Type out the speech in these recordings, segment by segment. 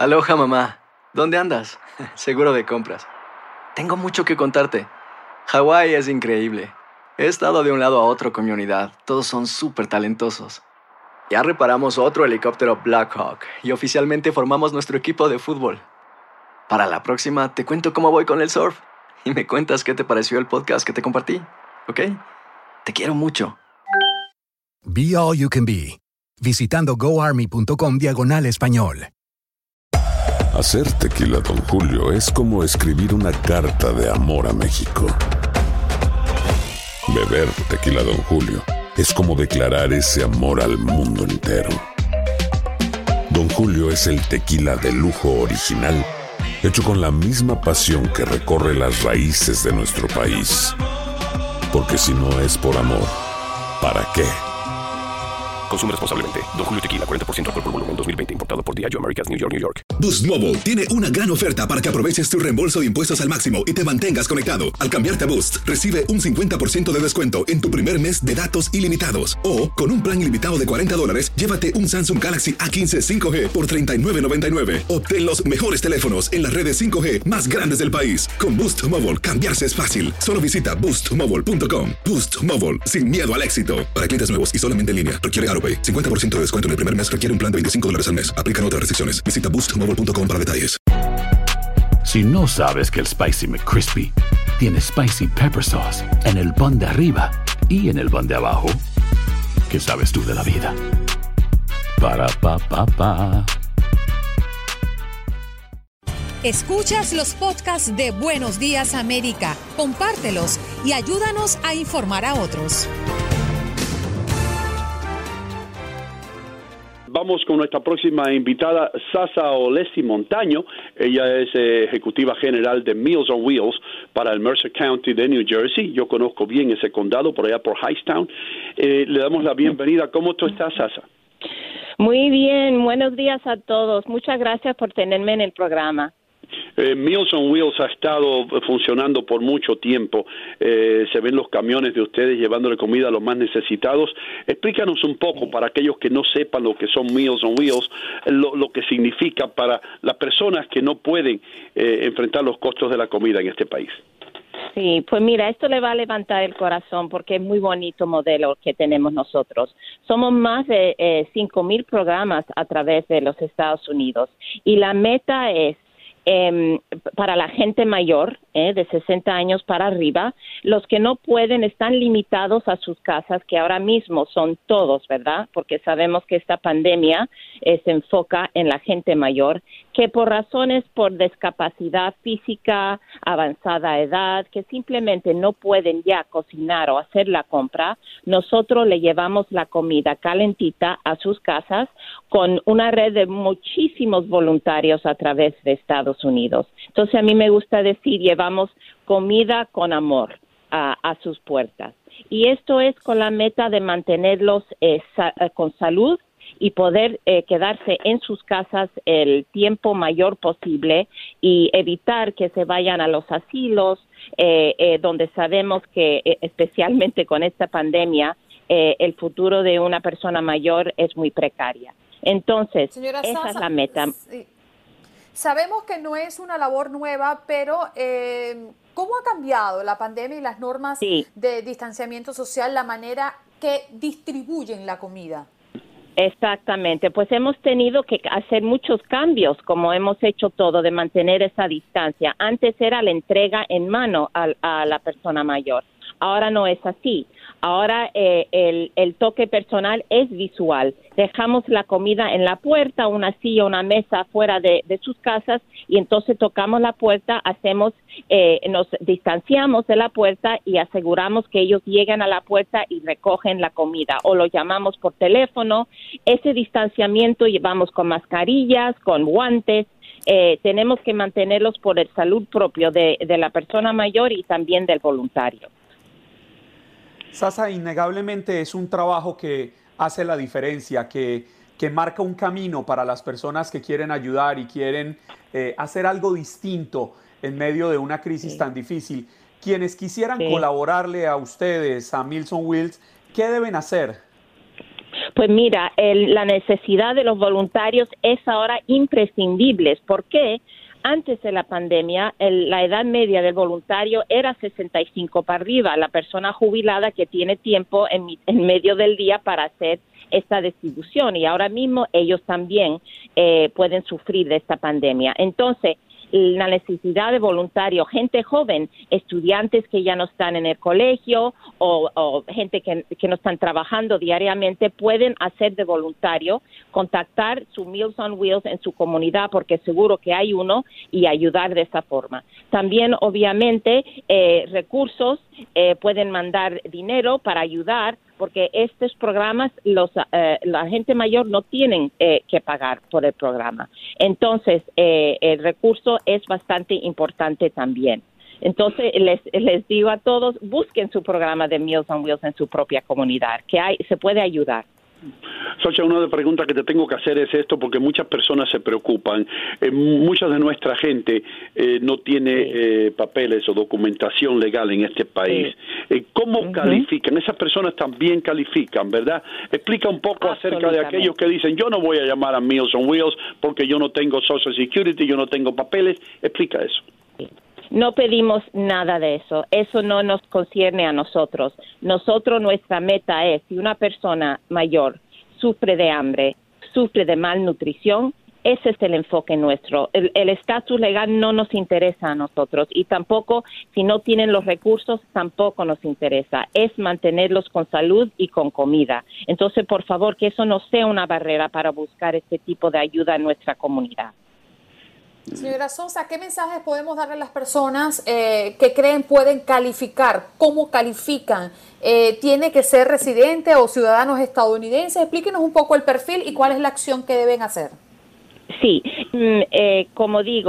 Aloha, mamá. ¿Dónde andas? Seguro de compras. Tengo mucho que contarte. Hawái es increíble. He estado de un lado a otro con mi unidad. Todos son súper talentosos. Ya reparamos otro helicóptero Blackhawk y oficialmente formamos nuestro equipo de fútbol. Para la próxima te cuento cómo voy con el surf y me cuentas qué te pareció el podcast que te compartí, ¿ok? Te quiero mucho. Be All You Can Be, visitando goarmy.com/español. Hacer tequila Don Julio es como escribir una carta de amor a México. Beber tequila Don Julio es como declarar ese amor al mundo entero. Don Julio es el tequila de lujo original, hecho con la misma pasión que recorre las raíces de nuestro país. Porque si no es por amor, ¿para qué? Consume responsablemente. Don Julio Tequila, 40% alcohol por volumen, 2020. Importado por Diageo Americas, New York, New York. Boost Mobile tiene una gran oferta para que aproveches tu reembolso de impuestos al máximo y te mantengas conectado. Al cambiarte a Boost, recibe un 50% de descuento en tu primer mes de datos ilimitados. O, con un plan ilimitado de $40, llévate un Samsung Galaxy A15 5G por $39.99. Obtén los mejores teléfonos en las redes 5G más grandes del país. Con Boost Mobile, cambiarse es fácil. Solo visita boostmobile.com. Boost Mobile, sin miedo al éxito. Para clientes nuevos y solamente en línea, requiere AroPay. 50% de descuento en el primer mes requiere un plan de $25 al mes. Aplican otras restricciones. Visita boostmobile.com para detalles. Si no sabes que el Spicy McCrispy tiene Spicy Pepper Sauce en el pan de arriba y en el pan de abajo, ¿qué sabes tú de la vida? Para, pa, pa, pa. Escuchas los podcasts de Buenos Días América, compártelos y ayúdanos a informar a otros. Vamos con nuestra próxima invitada, Sasa Olesi Montaño. Ella es ejecutiva general de Meals on Wheels para el Mercer County de New Jersey. Yo conozco bien ese condado, por allá por Hightstown. Le damos la bienvenida. ¿Cómo tú estás, Sasa? Muy bien, buenos días a todos. Muchas gracias por tenerme en el programa. Meals on Wheels ha estado funcionando por mucho tiempo. Se ven los camiones de ustedes llevándole comida a los más necesitados. Explícanos un poco, para aquellos que no sepan lo que son Meals on Wheels, lo que significa para las personas que no pueden enfrentar los costos de la comida en este país. Sí, pues mira, esto le va a levantar el corazón porque es muy bonito modelo que tenemos nosotros. Somos más de 5,000 programas a través de los Estados Unidos y la meta es para la gente mayor, de 60 años para arriba, los que no pueden están limitados a sus casas, que ahora mismo son todos, ¿verdad? Porque sabemos que esta pandemia se enfoca en la gente mayor, que por razones por discapacidad física, avanzada edad, que simplemente no pueden ya cocinar o hacer la compra, nosotros le llevamos la comida calentita a sus casas con una red de muchísimos voluntarios a través de Estados Unidos. Entonces a mí me gusta decir, llevamos comida con amor a sus puertas. Y esto es con la meta de mantenerlos con salud y poder quedarse en sus casas el tiempo mayor posible y evitar que se vayan a los asilos, donde sabemos que especialmente con esta pandemia el futuro de una persona mayor es muy precaria. Entonces, Señora esa Sasa, es la meta. Sí. Sabemos que no es una labor nueva, pero ¿cómo ha cambiado la pandemia y las normas de distanciamiento social, la manera que distribuyen la comida? Exactamente, pues hemos tenido que hacer muchos cambios, como hemos hecho todo, de mantener esa distancia. Antes era la entrega en mano a la persona mayor, ahora no es así. Ahora el toque personal es visual. Dejamos la comida en la puerta, una silla, una mesa fuera de sus casas y entonces tocamos la puerta, nos distanciamos de la puerta y aseguramos que ellos lleguen a la puerta y recogen la comida o lo llamamos por teléfono. Ese distanciamiento llevamos con mascarillas, con guantes. Tenemos que mantenerlos por el salud propio de la persona mayor y también del voluntario. Sasa, innegablemente es un trabajo que hace la diferencia, que marca un camino para las personas que quieren ayudar y quieren hacer algo distinto en medio de una crisis tan difícil. Quienes quisieran colaborarle a ustedes, a Meals on Wheels, ¿qué deben hacer? Pues mira, la necesidad de los voluntarios es ahora imprescindible. ¿Por qué? Antes de la pandemia, la edad media del voluntario era 65 para arriba, la persona jubilada que tiene tiempo en medio del día para hacer esta distribución, y ahora mismo ellos también pueden sufrir de esta pandemia. Entonces, la necesidad de voluntarios, gente joven, estudiantes que ya no están en el colegio o gente que no están trabajando diariamente, pueden hacer de voluntario, contactar su Meals on Wheels en su comunidad, porque seguro que hay uno, y ayudar de esa forma. También, obviamente, recursos, pueden mandar dinero para ayudar, porque estos programas la gente mayor no tienen que pagar por el programa. Entonces, el recurso es bastante importante también. Entonces, les digo a todos, busquen su programa de Meals on Wheels en su propia comunidad, que se puede ayudar. Xochitl, una de las preguntas que te tengo que hacer es esto, porque muchas personas se preocupan. Mucha de nuestra gente no tiene papeles o documentación legal en este país. ¿Cómo califican? Esas personas también califican, ¿verdad? Explica un poco acerca de aquellos que dicen, yo no voy a llamar a Meals on Wheels porque yo no tengo Social Security, yo no tengo papeles. Explica eso. No pedimos nada de eso. Eso no nos concierne a nosotros. Nuestra meta es, si una persona mayor sufre de hambre, sufre de malnutrición, ese es el enfoque nuestro. El estatus legal no nos interesa a nosotros, y tampoco, si no tienen los recursos, tampoco nos interesa. Es mantenerlos con salud y con comida. Entonces, por favor, que eso no sea una barrera para buscar este tipo de ayuda en nuestra comunidad. Señora Sosa, ¿qué mensajes podemos darle a las personas que creen pueden calificar? ¿Cómo califican? ¿Tiene que ser residente o ciudadanos estadounidenses? Explíquenos un poco el perfil y cuál es la acción que deben hacer. Sí, como digo,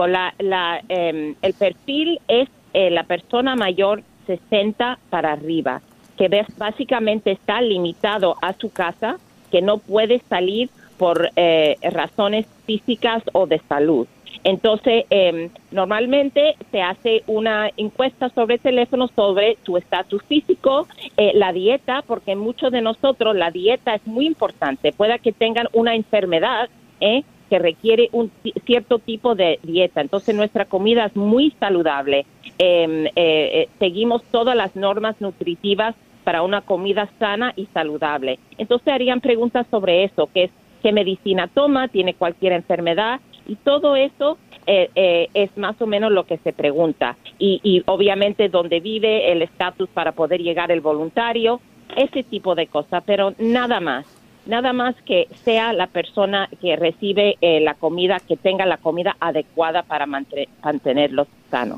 el perfil es la persona mayor 60 para arriba, que básicamente está limitado a su casa, que no puede salir por razones físicas o de salud. Entonces, normalmente se hace una encuesta sobre teléfono sobre tu estatus físico, la dieta, porque muchos de nosotros la dieta es muy importante. Puede que tengan una enfermedad que requiere un cierto tipo de dieta. Entonces, nuestra comida es muy saludable. Seguimos todas las normas nutritivas para una comida sana y saludable. Entonces, harían preguntas sobre eso, que es qué medicina toma, tiene cualquier enfermedad, y todo eso es más o menos lo que se pregunta. Y obviamente dónde vive, el estatus para poder llegar el voluntario, ese tipo de cosas, pero nada más que sea la persona que recibe la comida, que tenga la comida adecuada para mantenerlos sanos.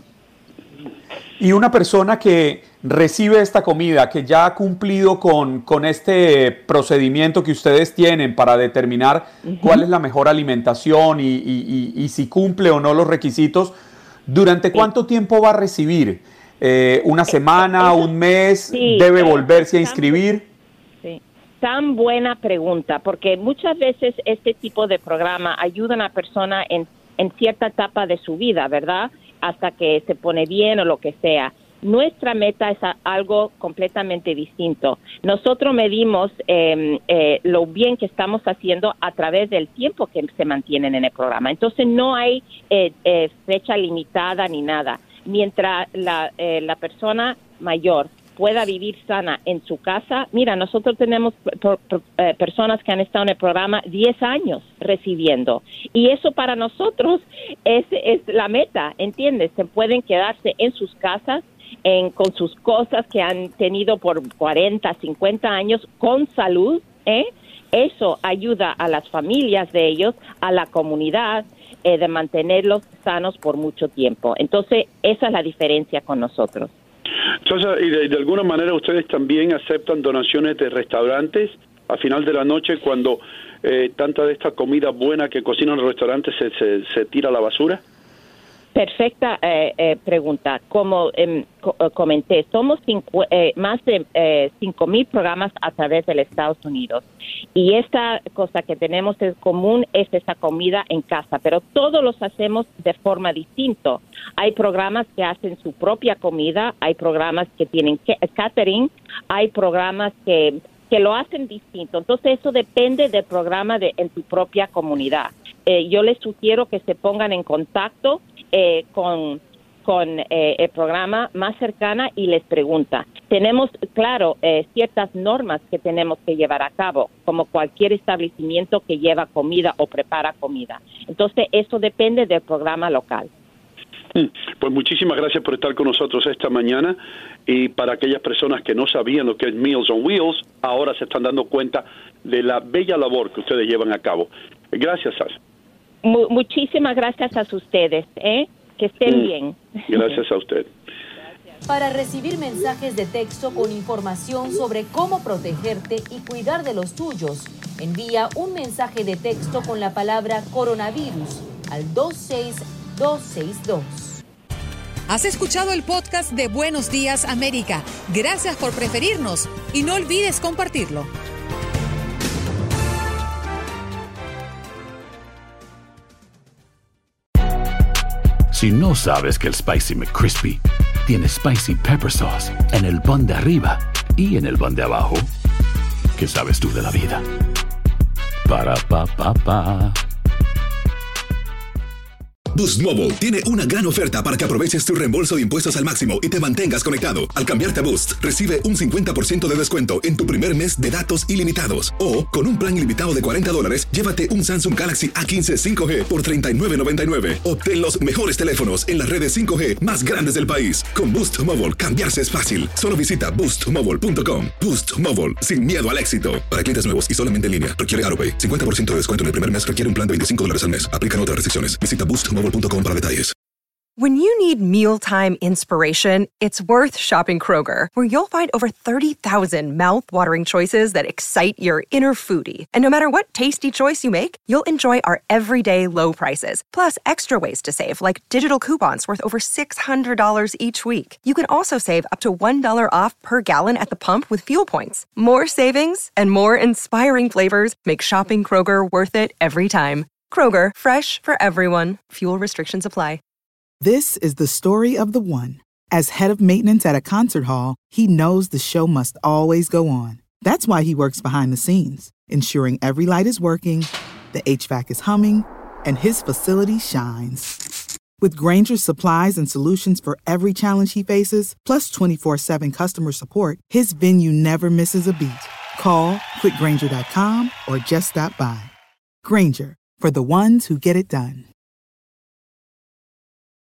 Y una persona que recibe esta comida, que ya ha cumplido con este procedimiento que ustedes tienen para determinar cuál es la mejor alimentación y si cumple o no los requisitos, ¿durante cuánto tiempo va a recibir? ¿Una semana, un mes? ¿Debe volverse a inscribir? Sí. Tan buena pregunta, porque muchas veces este tipo de programa ayuda a una persona en cierta etapa de su vida, ¿verdad? Hasta que se pone bien o lo que sea. Nuestra meta es algo completamente distinto. Nosotros medimos lo bien que estamos haciendo a través del tiempo que se mantienen en el programa. Entonces no hay fecha limitada ni nada. Mientras la persona mayor pueda vivir sana en su casa. Mira, nosotros tenemos personas que han estado en el programa 10 años recibiendo, y eso para nosotros es la meta, ¿entiendes? Se pueden quedarse en sus casas con sus cosas que han tenido por 40, 50 años con salud, Eso ayuda a las familias de ellos, a la comunidad, de mantenerlos sanos por mucho tiempo. Entonces, esa es la diferencia con nosotros. Entonces, y de alguna manera ustedes también aceptan donaciones de restaurantes a final de la noche cuando tanta de esta comida buena que cocinan los restaurantes se tira a la basura. Perfecta pregunta. Como comenté, somos más de 5,000 programas a través de los Estados Unidos. Y esta cosa que tenemos en común es esa comida en casa, pero todos los hacemos de forma distinta. Hay programas que hacen su propia comida, hay programas que tienen catering, hay programas que que lo hacen distinto. Entonces, eso depende del programa en tu propia comunidad. Yo les sugiero que se pongan en contacto con el programa más cercana y les pregunta. Tenemos, claro, ciertas normas que tenemos que llevar a cabo, como cualquier establecimiento que lleva comida o prepara comida. Entonces, eso depende del programa local. Pues muchísimas gracias por estar con nosotros esta mañana, y para aquellas personas que no sabían lo que es Meals on Wheels, ahora se están dando cuenta de la bella labor que ustedes llevan a cabo. Gracias, Sasa. Muchísimas gracias a ustedes, que estén bien. Gracias a usted. Para recibir mensajes de texto con información sobre cómo protegerte y cuidar de los tuyos, envía un mensaje de texto con la palabra coronavirus al 26262. Has escuchado el podcast de Buenos Días América. Gracias por preferirnos y no olvides compartirlo. Si no sabes que el Spicy McCrispy tiene Spicy Pepper Sauce en el pan de arriba y en el pan de abajo, ¿qué sabes tú de la vida? Para, pa, pa, pa. Boost Mobile tiene una gran oferta para que aproveches tu reembolso de impuestos al máximo y te mantengas conectado. Al cambiarte a Boost, recibe un 50% de descuento en tu primer mes de datos ilimitados. O, con un plan ilimitado de $40, llévate un Samsung Galaxy A15 5G por $39.99. Obtén los mejores teléfonos en las redes 5G más grandes del país. Con Boost Mobile, cambiarse es fácil. Solo visita boostmobile.com. Boost Mobile, sin miedo al éxito. Para clientes nuevos y solamente en línea, requiere AutoPay. 50% de descuento en el primer mes requiere un plan de $25 al mes. Aplican otras restricciones. Visita boostmobile.com para detalles. When you need mealtime inspiration, it's worth shopping Kroger, where you'll find over 30,000 mouth-watering choices that excite your inner foodie. And no matter what tasty choice you make, you'll enjoy our everyday low prices, plus extra ways to save, like digital coupons worth over $600 each week. You can also save up to $1 off per gallon at the pump with fuel points. More savings and more inspiring flavors make shopping Kroger worth it every time. Kroger, fresh for everyone. Fuel restrictions apply. This is the story of the one. As head of maintenance at a concert hall, he knows the show must always go on. That's why he works behind the scenes, ensuring every light is working, the HVAC is humming, and his facility shines. With Grainger's supplies and solutions for every challenge he faces, plus 24/7 customer support, his venue never misses a beat. Call quickgrainger.com or just stop by. Grainger, for the ones who get it done.